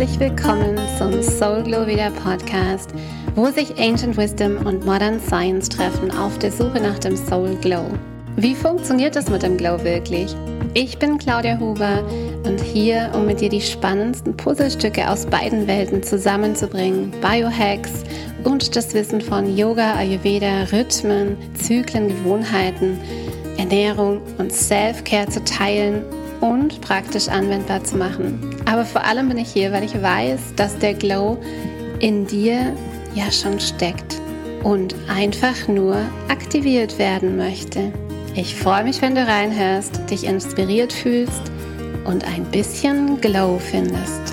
herzlich willkommen zum Soul Glow Wieder Podcast, wo sich Ancient Wisdom und Modern Science treffen auf der Suche nach dem Soul Glow. Wie funktioniert es mit dem Glow wirklich? Ich bin Claudia Huber und hier, um mit dir die spannendsten Puzzlestücke aus beiden Welten zusammenzubringen, Biohacks und das Wissen von Yoga, Ayurveda, Rhythmen, Zyklen, Gewohnheiten, Ernährung und Self-Care zu teilen und praktisch anwendbar zu machen. Aber vor allem bin ich hier, weil ich weiß, dass der Glow in dir ja schon steckt und einfach nur aktiviert werden möchte. Ich freue mich, wenn du reinhörst, dich inspiriert fühlst und ein bisschen Glow findest.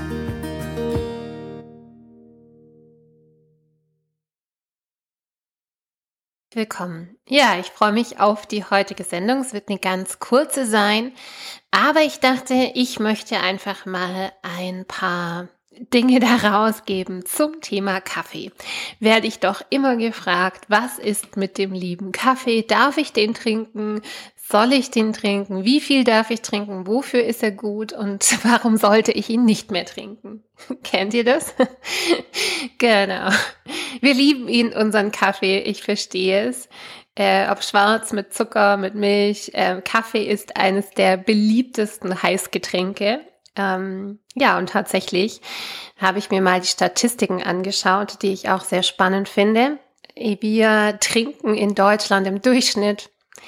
Willkommen. Ja, ich freue mich auf die heutige Sendung. Es wird eine ganz kurze sein, aber ich dachte, ich möchte einfach mal ein paar Dinge daraus geben zum Thema Kaffee. Werde ich doch immer gefragt, was ist mit dem lieben Kaffee? Darf ich den trinken? Soll ich den trinken? Wie viel darf ich trinken? Wofür ist er gut? Und warum sollte ich ihn nicht mehr trinken? Kennt ihr das? Genau. Wir lieben ihn, unseren Kaffee. Ich verstehe es. Ob schwarz, mit Zucker, mit Milch. Kaffee ist eines der beliebtesten Heißgetränke. Ja, und tatsächlich habe ich mir mal die Statistiken angeschaut, die ich auch sehr spannend finde. Wir trinken in Deutschland im Durchschnitt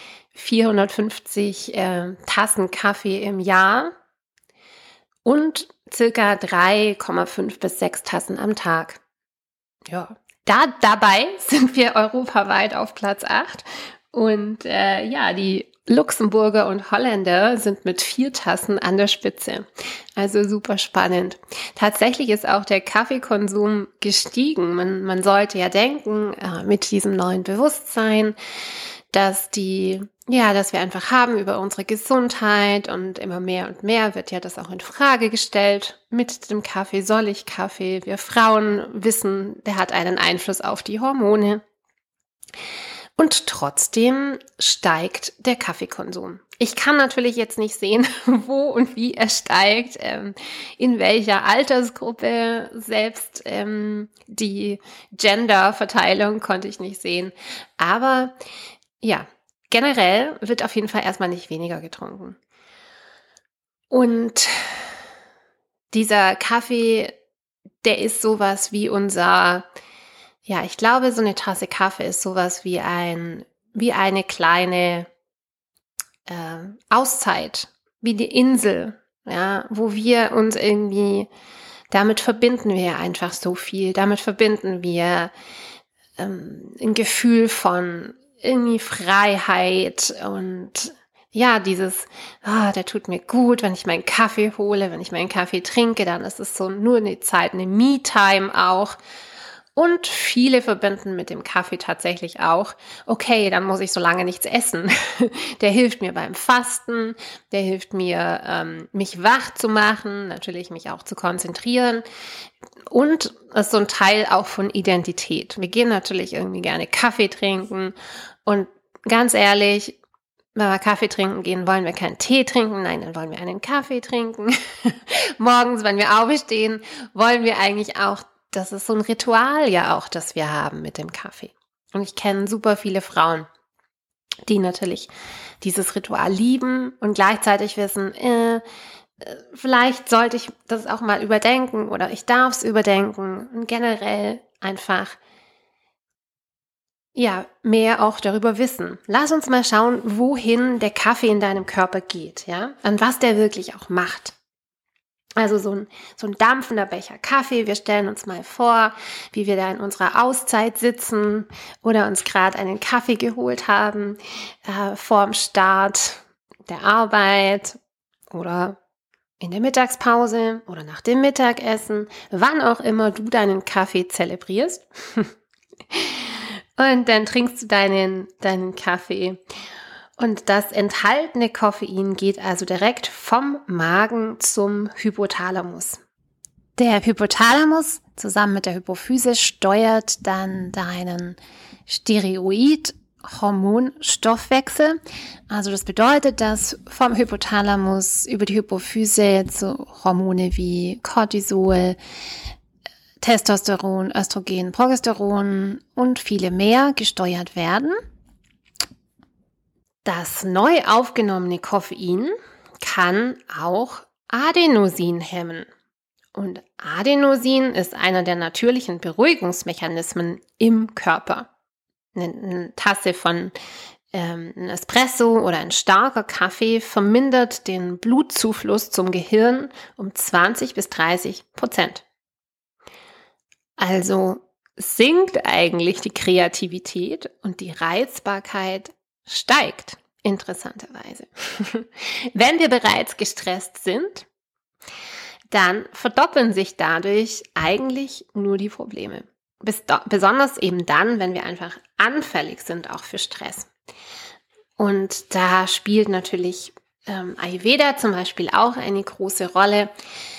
450 Tassen Kaffee im Jahr und circa 3,5 bis 6 Tassen am Tag. Ja, dabei sind wir europaweit auf Platz 8 und die Luxemburger und Holländer sind mit 4 Tassen an der Spitze. Also super spannend. Tatsächlich ist auch der Kaffeekonsum gestiegen. Man sollte ja denken, mit diesem neuen Bewusstsein, dass wir einfach haben über unsere Gesundheit und immer mehr und mehr wird ja das auch in Frage gestellt. Mit dem Kaffee soll ich Kaffee? Wir Frauen wissen, der hat einen Einfluss auf die Hormone. Und trotzdem steigt der Kaffeekonsum. Ich kann natürlich jetzt nicht sehen, wo und wie er steigt, in welcher Altersgruppe, selbst die Gender-Verteilung konnte ich nicht sehen. Aber ja, generell wird auf jeden Fall erstmal nicht weniger getrunken. Und dieser Kaffee, der ist sowas wie ich glaube, so eine Tasse Kaffee ist sowas wie eine kleine Auszeit, wie die Insel, ja, wo wir uns irgendwie, damit verbinden wir einfach so viel, damit verbinden wir ein Gefühl von irgendwie Freiheit und ja, dieses, der tut mir gut, wenn ich meinen Kaffee hole, wenn ich meinen Kaffee trinke, dann ist es so nur eine Zeit, eine Me-Time auch. Und viele verbinden mit dem Kaffee tatsächlich auch, okay, dann muss ich so lange nichts essen. Der hilft mir beim Fasten, der hilft mir, mich wach zu machen, natürlich mich auch zu konzentrieren. Und ist so ein Teil auch von Identität. Wir gehen natürlich irgendwie gerne Kaffee trinken und ganz ehrlich, wenn wir Kaffee trinken gehen, wollen wir keinen Tee trinken, nein, dann wollen wir einen Kaffee trinken. Morgens, wenn wir aufstehen, wollen wir eigentlich auch, das ist so ein Ritual ja auch, das wir haben mit dem Kaffee. Und ich kenne super viele Frauen, die natürlich dieses Ritual lieben und gleichzeitig wissen, vielleicht sollte ich das auch mal überdenken oder ich darf es überdenken und generell einfach mehr auch darüber wissen. Lass uns mal schauen, wohin der Kaffee in deinem Körper geht, ja, und was der wirklich auch macht. Also so ein dampfender Becher Kaffee. Wir stellen uns mal vor, wie wir da in unserer Auszeit sitzen oder uns gerade einen Kaffee geholt haben vorm Start der Arbeit oder in der Mittagspause oder nach dem Mittagessen, wann auch immer du deinen Kaffee zelebrierst. Und dann trinkst du deinen Kaffee. Und das enthaltene Koffein geht also direkt vom Magen zum Hypothalamus. Der Hypothalamus zusammen mit der Hypophyse steuert dann deinen Steroid- Hormonstoffwechsel. Also das bedeutet, dass vom Hypothalamus über die Hypophyse so Hormone wie Cortisol, Testosteron, Östrogen, Progesteron und viele mehr gesteuert werden. Das neu aufgenommene Koffein kann auch Adenosin hemmen. Und Adenosin ist einer der natürlichen Beruhigungsmechanismen im Körper. Eine Tasse von ein Espresso oder ein starker Kaffee vermindert den Blutzufluss zum Gehirn um 20-30%. Also sinkt eigentlich die Kreativität und die Reizbarkeit steigt, interessanterweise. Wenn wir bereits gestresst sind, dann verdoppeln sich dadurch eigentlich nur die Probleme. Besonders eben dann, wenn wir einfach anfällig sind, auch für Stress. Und da spielt natürlich Ayurveda zum Beispiel auch eine große Rolle,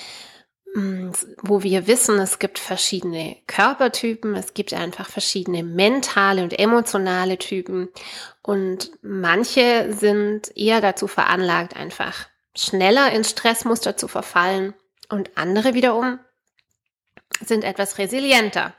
wo wir wissen, es gibt verschiedene Körpertypen, es gibt einfach verschiedene mentale und emotionale Typen und manche sind eher dazu veranlagt, einfach schneller ins Stressmuster zu verfallen und andere wiederum sind etwas resilienter.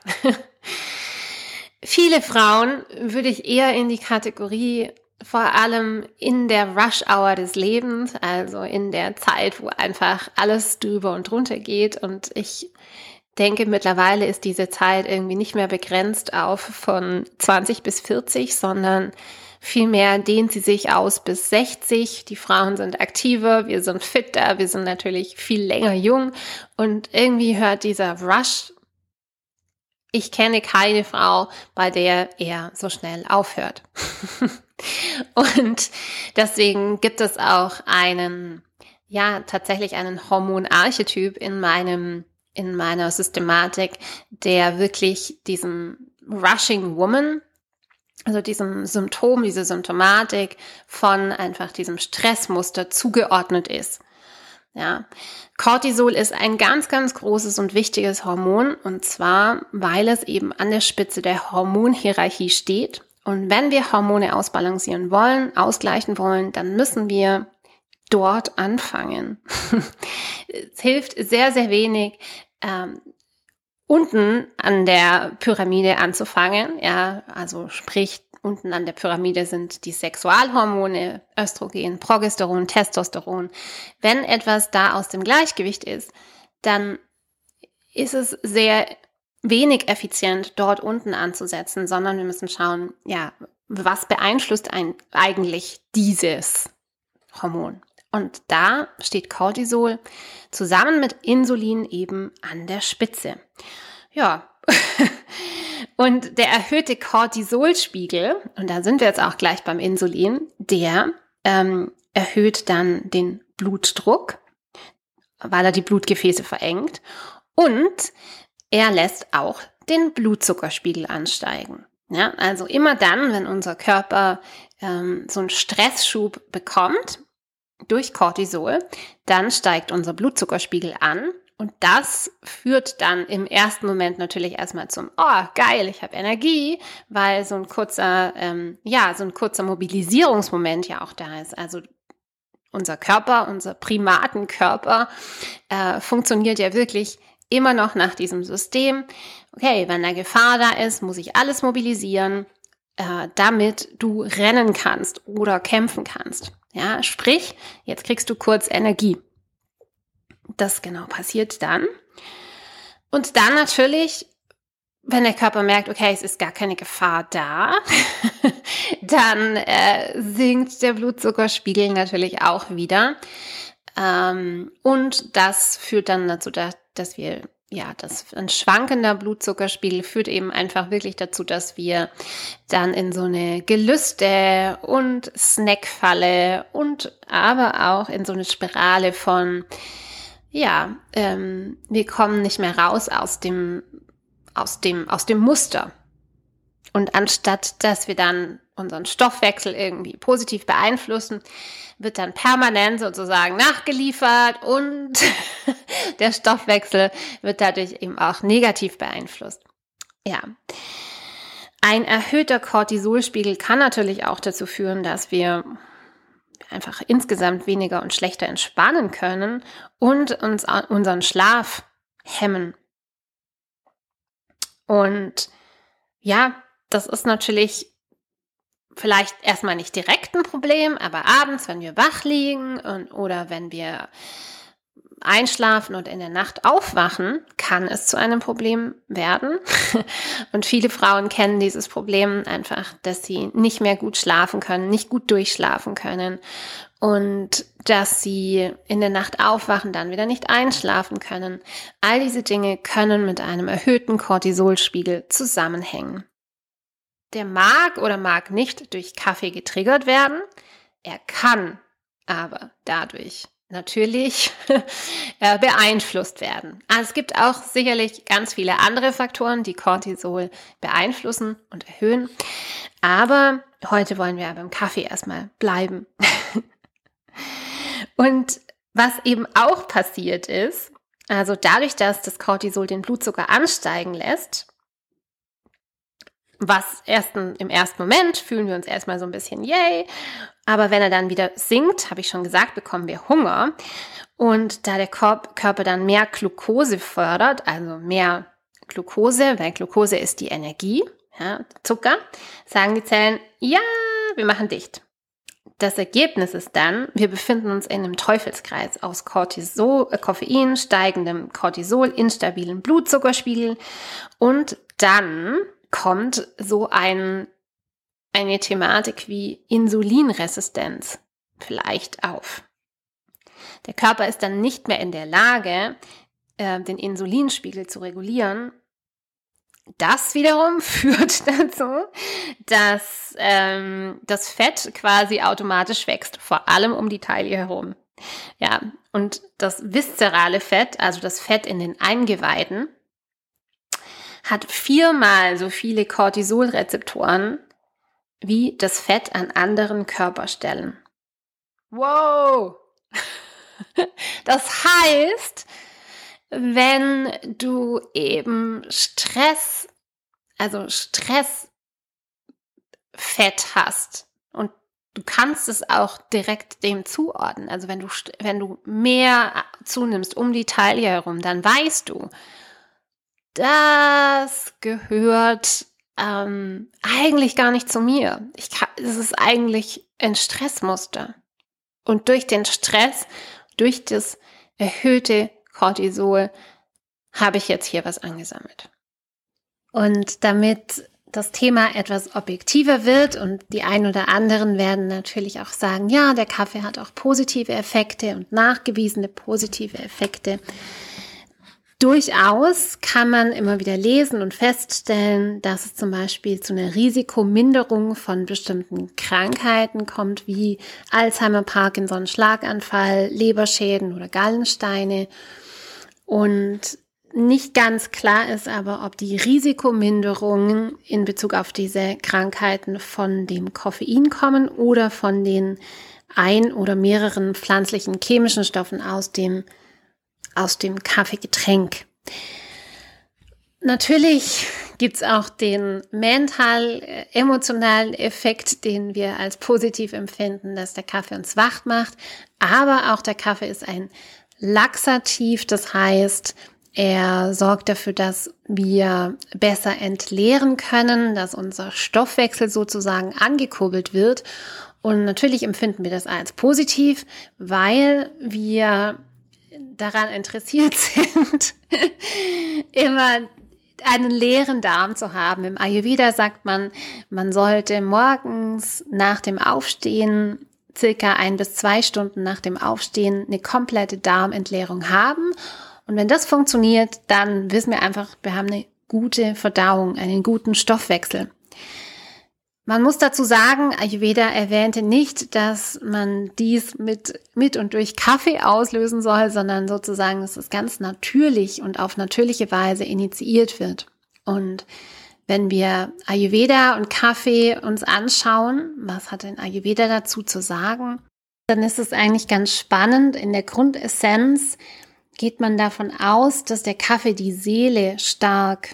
Viele Frauen würde ich eher in die Kategorie vor allem in der Rush-Hour des Lebens, also in der Zeit, wo einfach alles drüber und drunter geht. Und ich denke, mittlerweile ist diese Zeit irgendwie nicht mehr begrenzt auf von 20 bis 40, sondern vielmehr dehnt sie sich aus bis 60. Die Frauen sind aktiver, wir sind fitter, wir sind natürlich viel länger jung. Und irgendwie hört dieser Rush, ich kenne keine Frau, bei der er so schnell aufhört. Und deswegen gibt es auch tatsächlich einen Hormonarchetyp in meiner Systematik, der wirklich diesem Rushing Woman, also diesem Symptom, diese Symptomatik von einfach diesem Stressmuster zugeordnet ist. Ja, Cortisol ist ein ganz, ganz großes und wichtiges Hormon und zwar, weil es eben an der Spitze der Hormonhierarchie steht. Und wenn wir Hormone ausbalancieren wollen, ausgleichen wollen, dann müssen wir dort anfangen. Es hilft sehr, sehr wenig, unten an der Pyramide anzufangen. Ja, also sprich, unten an der Pyramide sind die Sexualhormone, Östrogen, Progesteron, Testosteron. Wenn etwas da aus dem Gleichgewicht ist, dann ist es sehr wenig effizient, dort unten anzusetzen, sondern wir müssen schauen, ja, was beeinflusst eigentlich dieses Hormon? Und da steht Cortisol zusammen mit Insulin eben an der Spitze. Ja, und der erhöhte Cortisolspiegel, und da sind wir jetzt auch gleich beim Insulin, der erhöht dann den Blutdruck, weil er die Blutgefäße verengt und er lässt auch den Blutzuckerspiegel ansteigen. Ja, also immer dann, wenn unser Körper so einen Stressschub bekommt durch Cortisol, dann steigt unser Blutzuckerspiegel an und das führt dann im ersten Moment natürlich erstmal zum, oh geil, ich habe Energie, weil so ein kurzer Mobilisierungsmoment ja auch da ist. Also unser Körper, unser Primatenkörper funktioniert ja wirklich immer noch nach diesem System. Okay, wenn eine Gefahr da ist, muss ich alles mobilisieren, damit du rennen kannst oder kämpfen kannst. Ja, sprich, jetzt kriegst du kurz Energie. Das genau passiert dann. Und dann natürlich, wenn der Körper merkt, okay, es ist gar keine Gefahr da, dann sinkt der Blutzuckerspiegel natürlich auch wieder. Und das führt dann dazu, dass ein schwankender Blutzuckerspiegel führt eben einfach wirklich dazu, dass wir dann in so eine Gelüste und Snackfalle und aber auch in so eine Spirale von, wir kommen nicht mehr raus aus dem Muster. Und anstatt, dass wir dann unseren Stoffwechsel irgendwie positiv beeinflussen, wird dann permanent sozusagen nachgeliefert und der Stoffwechsel wird dadurch eben auch negativ beeinflusst. Ja, Ein erhöhter Cortisolspiegel kann natürlich auch dazu führen, dass wir einfach insgesamt weniger und schlechter entspannen können und uns unseren Schlaf hemmen. Und ja, das ist natürlich vielleicht erstmal nicht direkt ein Problem, aber abends, wenn wir wach liegen oder wenn wir einschlafen und in der Nacht aufwachen, kann es zu einem Problem werden. Und viele Frauen kennen dieses Problem einfach, dass sie nicht mehr gut schlafen können, nicht gut durchschlafen können und dass sie in der Nacht aufwachen, dann wieder nicht einschlafen können. All diese Dinge können mit einem erhöhten Cortisolspiegel zusammenhängen. Der mag oder mag nicht durch Kaffee getriggert werden. Er kann aber dadurch natürlich beeinflusst werden. Also es gibt auch sicherlich ganz viele andere Faktoren, die Cortisol beeinflussen und erhöhen. Aber heute wollen wir beim Kaffee erstmal bleiben. Und was eben auch passiert ist, also dadurch, dass das Cortisol den Blutzucker ansteigen lässt, im ersten Moment fühlen wir uns erstmal so ein bisschen yay, aber wenn er dann wieder sinkt, habe ich schon gesagt, bekommen wir Hunger. Und da der Körper dann mehr Glucose fördert, also mehr Glucose, weil Glucose ist die Energie, ja, Zucker, sagen die Zellen, ja, wir machen dicht. Das Ergebnis ist dann, wir befinden uns in einem Teufelskreis aus Koffein, steigendem Cortisol, instabilen Blutzuckerspiegel und dann kommt so eine Thematik wie Insulinresistenz vielleicht auf. Der Körper ist dann nicht mehr in der Lage, den Insulinspiegel zu regulieren. Das wiederum führt dazu, dass das Fett quasi automatisch wächst, vor allem um die Taille herum. Ja, und das viszerale Fett, also das Fett in den Eingeweiden, hat 4-mal so viele Cortisolrezeptoren wie das Fett an anderen Körperstellen. Wow! Das heißt, wenn du eben Stressfett hast und du kannst es auch direkt dem zuordnen, also wenn du mehr zunimmst um die Taille herum, dann weißt du, das gehört eigentlich gar nicht zu mir. Es ist eigentlich ein Stressmuster. Und durch den Stress, durch das erhöhte Cortisol, habe ich jetzt hier was angesammelt. Und damit das Thema etwas objektiver wird und die ein oder anderen werden natürlich auch sagen, ja, der Kaffee hat auch positive Effekte und nachgewiesene positive Effekte. Durchaus kann man immer wieder lesen und feststellen, dass es zum Beispiel zu einer Risikominderung von bestimmten Krankheiten kommt, wie Alzheimer, Parkinson, Schlaganfall, Leberschäden oder Gallensteine. Und nicht ganz klar ist aber, ob die Risikominderungen in Bezug auf diese Krankheiten von dem Koffein kommen oder von den ein oder mehreren pflanzlichen chemischen Stoffen aus dem Kaffeegetränk. Natürlich gibt's auch den mental-emotionalen Effekt, den wir als positiv empfinden, dass der Kaffee uns wach macht. Aber auch der Kaffee ist ein Laxativ, das heißt, er sorgt dafür, dass wir besser entleeren können, dass unser Stoffwechsel sozusagen angekurbelt wird. Und natürlich empfinden wir das als positiv, weil wir daran interessiert sind, immer einen leeren Darm zu haben. Im Ayurveda sagt man, man sollte morgens nach dem Aufstehen, circa 1 bis 2 Stunden nach dem Aufstehen, eine komplette Darmentleerung haben. Und wenn das funktioniert, dann wissen wir einfach, wir haben eine gute Verdauung, einen guten Stoffwechsel. Man muss dazu sagen, Ayurveda erwähnte nicht, dass man dies mit und durch Kaffee auslösen soll, sondern sozusagen, dass es ganz natürlich und auf natürliche Weise initiiert wird. Und wenn wir Ayurveda und Kaffee uns anschauen, was hat denn Ayurveda dazu zu sagen, dann ist es eigentlich ganz spannend. In der Grundessenz geht man davon aus, dass der Kaffee die Seele stark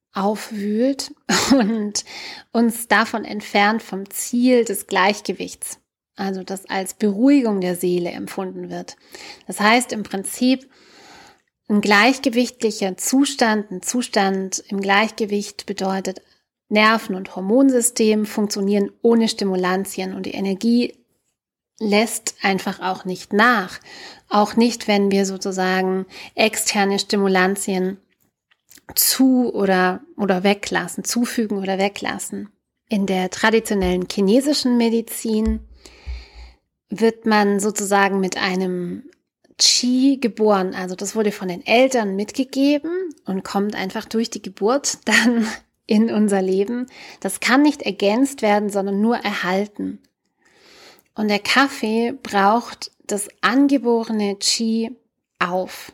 aufwühlt und uns davon entfernt vom Ziel des Gleichgewichts, also das als Beruhigung der Seele empfunden wird. Das heißt im Prinzip, ein gleichgewichtlicher Zustand, ein Zustand im Gleichgewicht bedeutet, Nerven- und Hormonsystem funktionieren ohne Stimulantien und die Energie lässt einfach auch nicht nach. Auch nicht, wenn wir sozusagen externe Stimulantien zu- oder weglassen, zufügen oder weglassen. In der traditionellen chinesischen Medizin wird man sozusagen mit einem Qi geboren. Also das wurde von den Eltern mitgegeben und kommt einfach durch die Geburt dann in unser Leben. Das kann nicht ergänzt werden, sondern nur erhalten. Und der Kaffee braucht das angeborene Qi auf.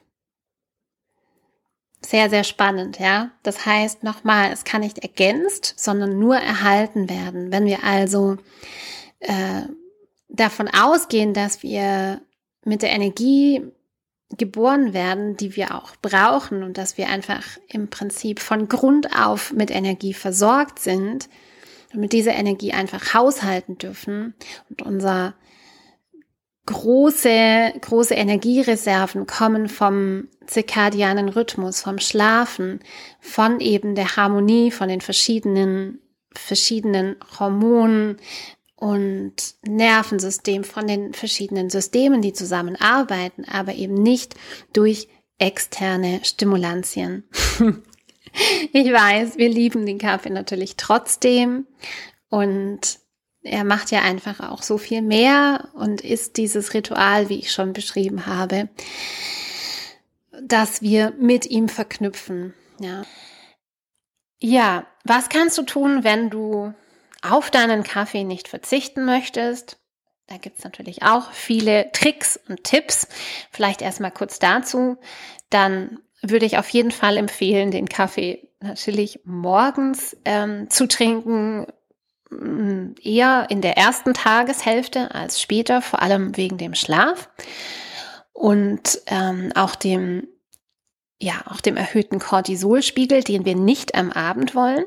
Sehr, sehr spannend, ja. Das heißt nochmal, es kann nicht ergänzt, sondern nur erhalten werden. Wenn wir also davon ausgehen, dass wir mit der Energie geboren werden, die wir auch brauchen und dass wir einfach im Prinzip von Grund auf mit Energie versorgt sind und mit dieser Energie einfach haushalten dürfen und unser große Energiereserven kommen vom zirkadianen Rhythmus, vom Schlafen, von eben der Harmonie, von den verschiedenen Hormonen und Nervensystem, von den verschiedenen Systemen, die zusammenarbeiten, aber eben nicht durch externe Stimulantien. Ich weiß, wir lieben den Kaffee natürlich trotzdem und er macht ja einfach auch so viel mehr und ist dieses Ritual, wie ich schon beschrieben habe, dass wir mit ihm verknüpfen. Ja, was kannst du tun, wenn du auf deinen Kaffee nicht verzichten möchtest? Da gibt es natürlich auch viele Tricks und Tipps. Vielleicht erstmal kurz dazu. Dann würde ich auf jeden Fall empfehlen, den Kaffee natürlich morgens zu trinken, eher in der ersten Tageshälfte als später, vor allem wegen dem Schlaf und auch dem erhöhten Cortisolspiegel, den wir nicht am Abend wollen.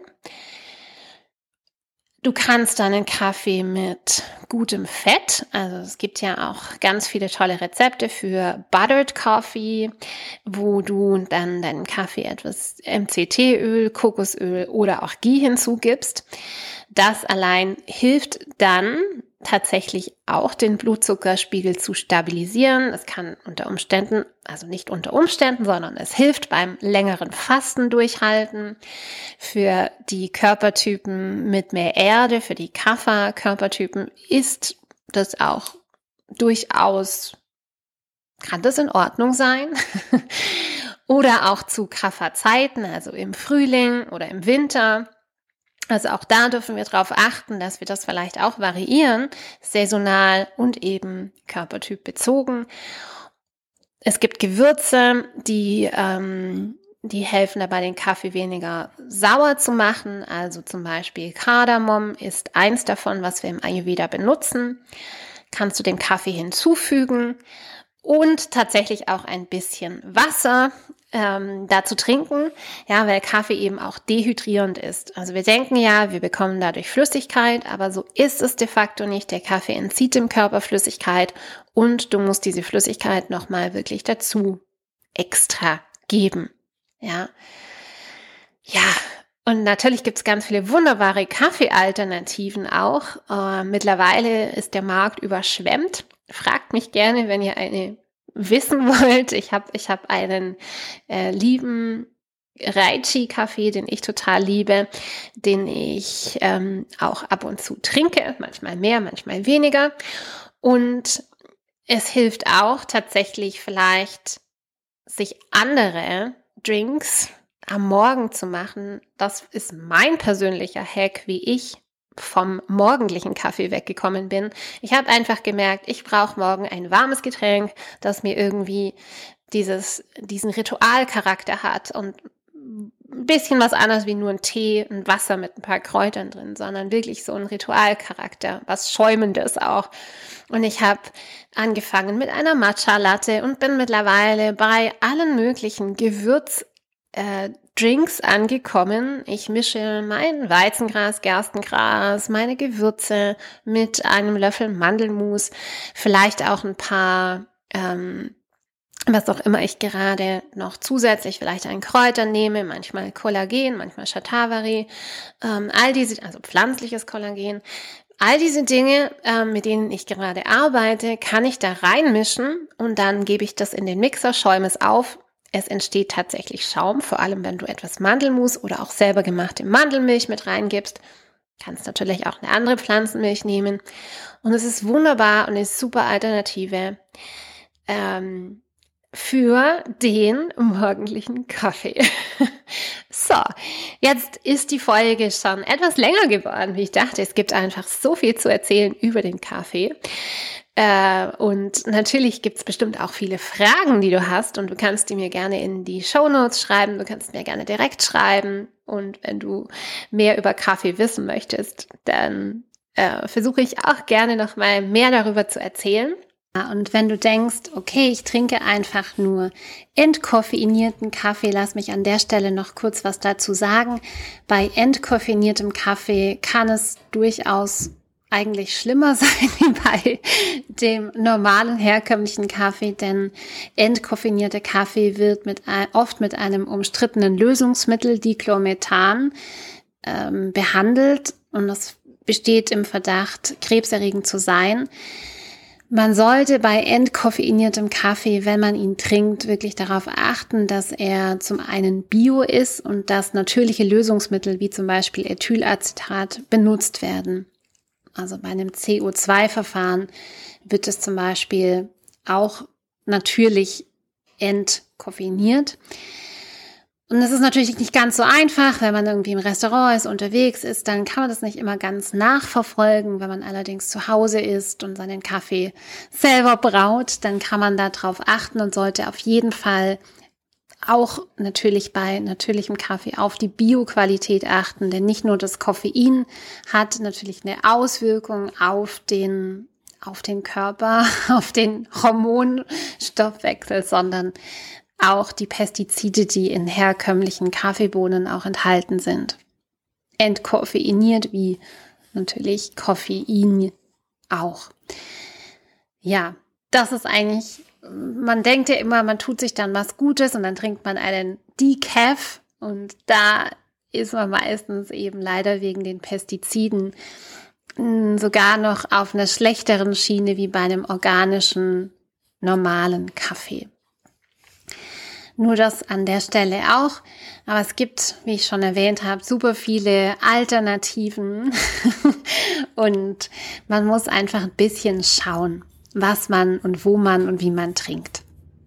Du kannst deinen Kaffee mit gutem Fett, also es gibt ja auch ganz viele tolle Rezepte für Buttered Coffee, wo du dann deinem Kaffee etwas MCT-Öl, Kokosöl oder auch Ghee hinzugibst. Das allein hilft dann tatsächlich auch den Blutzuckerspiegel zu stabilisieren. Es kann unter Umständen, also nicht unter Umständen, sondern es hilft beim längeren Fasten durchhalten. Für die Körpertypen mit mehr Erde, für die Kapha-Körpertypen ist das auch durchaus, kann das in Ordnung sein. Oder auch zu Kapha-Zeiten, also im Frühling oder im Winter. Also auch da dürfen wir darauf achten, dass wir das vielleicht auch variieren, saisonal und eben Körpertyp bezogen. Es gibt Gewürze, die helfen dabei, den Kaffee weniger sauer zu machen. Also zum Beispiel Kardamom ist eins davon, was wir im Ayurveda benutzen. Kannst du dem Kaffee hinzufügen und tatsächlich auch ein bisschen Wasser dazu trinken, ja, weil Kaffee eben auch dehydrierend ist. Also wir denken ja, wir bekommen dadurch Flüssigkeit, aber so ist es de facto nicht. Der Kaffee entzieht dem Körper Flüssigkeit und du musst diese Flüssigkeit nochmal wirklich dazu extra geben. Ja, und natürlich gibt es ganz viele wunderbare Kaffeealternativen auch. Mittlerweile ist der Markt überschwemmt. Fragt mich gerne, wenn ihr eine wissen wollt. Ich hab einen lieben Reichi-Kaffee, den ich total liebe, den ich auch ab und zu trinke, manchmal mehr, manchmal weniger. Und es hilft auch tatsächlich vielleicht, sich andere Drinks am Morgen zu machen. Das ist mein persönlicher Hack, wie ich vom morgendlichen Kaffee weggekommen bin. Ich habe einfach gemerkt, ich brauche morgen ein warmes Getränk, das mir irgendwie diesen Ritualcharakter hat und ein bisschen was anderes wie nur ein Tee, ein Wasser mit ein paar Kräutern drin, sondern wirklich so ein Ritualcharakter, was Schäumendes auch. Und ich habe angefangen mit einer Matcha-Latte und bin mittlerweile bei allen möglichen Drinks angekommen. Ich mische mein Weizengras, Gerstengras, meine Gewürze mit einem Löffel Mandelmus, vielleicht auch ein paar, was auch immer ich gerade noch zusätzlich vielleicht an Kräutern nehme, manchmal Kollagen, manchmal Shatavari, all diese, also pflanzliches Kollagen. All diese Dinge, mit denen ich gerade arbeite, kann ich da reinmischen und dann gebe ich das in den Mixer, schäume es auf. Es entsteht tatsächlich Schaum, vor allem wenn du etwas Mandelmus oder auch selber gemachte Mandelmilch mit reingibst. Kannst natürlich auch eine andere Pflanzenmilch nehmen. Und es ist wunderbar und eine super Alternative für den morgendlichen Kaffee. So, jetzt ist die Folge schon etwas länger geworden, wie ich dachte. Es gibt einfach so viel zu erzählen über den Kaffee. Und natürlich gibt es bestimmt auch viele Fragen, die du hast und du kannst die mir gerne in die Shownotes schreiben, du kannst mir gerne direkt schreiben und wenn du mehr über Kaffee wissen möchtest, dann versuche ich auch gerne noch mal mehr darüber zu erzählen. Und wenn du denkst, okay, ich trinke einfach nur entkoffeinierten Kaffee, lass mich an der Stelle noch kurz was dazu sagen. Bei entkoffeiniertem Kaffee kann es durchaus eigentlich schlimmer sein wie bei dem normalen herkömmlichen Kaffee, denn entkoffeinierter Kaffee wird oft mit einem umstrittenen Lösungsmittel, Diclomethan, behandelt und das besteht im Verdacht, krebserregend zu sein. Man sollte bei entkoffeiniertem Kaffee, wenn man ihn trinkt, wirklich darauf achten, dass er zum einen bio ist und dass natürliche Lösungsmittel wie zum Beispiel Ethylacetat benutzt werden. Also bei einem CO2-Verfahren wird es zum Beispiel auch natürlich entkoffeiniert. Und das ist natürlich nicht ganz so einfach, wenn man irgendwie im Restaurant ist, unterwegs ist, dann kann man das nicht immer ganz nachverfolgen. Wenn man allerdings zu Hause ist und seinen Kaffee selber braut, dann kann man da drauf achten und sollte auf jeden Fall auch natürlich bei natürlichem Kaffee auf die Bioqualität achten, denn nicht nur das Koffein hat natürlich eine Auswirkung auf den Körper, auf den Hormonstoffwechsel, sondern auch die Pestizide, die in herkömmlichen Kaffeebohnen auch enthalten sind. Entkoffeiniert wie natürlich Koffein auch. Ja, das ist eigentlich, man denkt ja immer, man tut sich dann was Gutes und dann trinkt man einen Decaf und da ist man meistens eben leider wegen den Pestiziden sogar noch auf einer schlechteren Schiene wie bei einem organischen, normalen Kaffee. Nur das an der Stelle auch. Aber es gibt, wie ich schon erwähnt habe, super viele Alternativen. Und man muss einfach ein bisschen schauen, was man und wo man und wie man trinkt.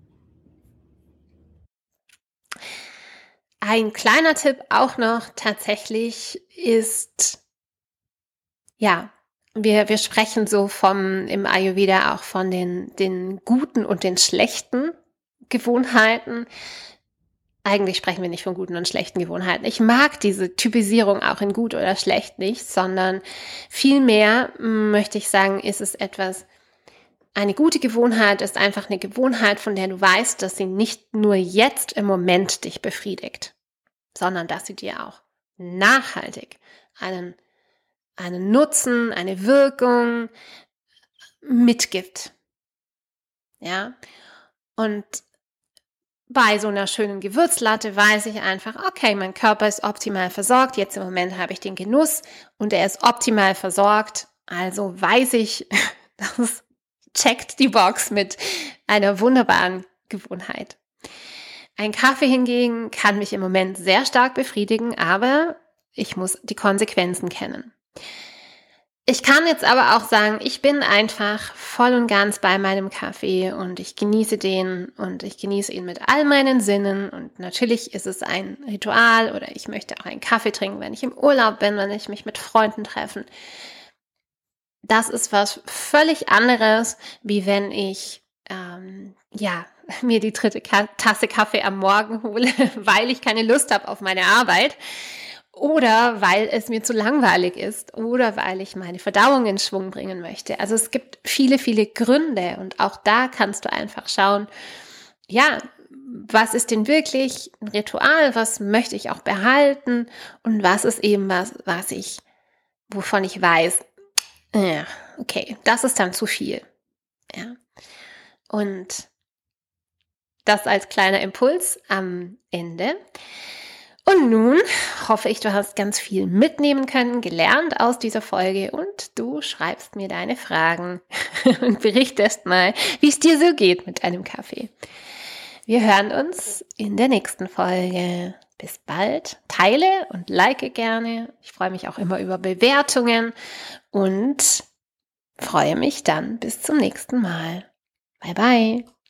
Ein kleiner Tipp auch noch tatsächlich ist, ja, wir sprechen so im Ayurveda auch von den guten und den schlechten Gewohnheiten. Eigentlich sprechen wir nicht von guten und schlechten Gewohnheiten. Ich mag diese Typisierung auch in gut oder schlecht nicht, sondern vielmehr möchte ich sagen, ist es eine gute Gewohnheit ist einfach eine Gewohnheit, von der du weißt, dass sie nicht nur jetzt im Moment dich befriedigt, sondern dass sie dir auch nachhaltig einen Nutzen, eine Wirkung mitgibt. Ja, und bei so einer schönen Gewürzlatte weiß ich einfach, okay, mein Körper ist optimal versorgt. Jetzt im Moment habe ich den Genuss und er ist optimal versorgt. Also weiß ich, das checkt die Box mit einer wunderbaren Gewohnheit. Ein Kaffee hingegen kann mich im Moment sehr stark befriedigen, aber ich muss die Konsequenzen kennen. Ich kann jetzt aber auch sagen, ich bin einfach voll und ganz bei meinem Kaffee und ich genieße den und ich genieße ihn mit all meinen Sinnen und natürlich ist es ein Ritual oder ich möchte auch einen Kaffee trinken, wenn ich im Urlaub bin, wenn ich mich mit Freunden treffe. Das ist was völlig anderes, wie wenn ich mir die dritte Tasse Kaffee am Morgen hole, weil ich keine Lust habe auf meine Arbeit. Oder weil es mir zu langweilig ist oder weil ich meine Verdauung in Schwung bringen möchte. Also es gibt viele, viele Gründe und auch da kannst du einfach schauen, ja, was ist denn wirklich ein Ritual, was möchte ich auch behalten und was ist eben wovon ich weiß, ja, okay, das ist dann zu viel. Ja. Und das als kleiner Impuls am Ende. Und nun hoffe ich, du hast ganz viel mitnehmen können, gelernt aus dieser Folge und du schreibst mir deine Fragen und berichtest mal, wie es dir so geht mit deinem Kaffee. Wir hören uns in der nächsten Folge. Bis bald. Teile und like gerne. Ich freue mich auch immer über Bewertungen und freue mich dann bis zum nächsten Mal. Bye bye.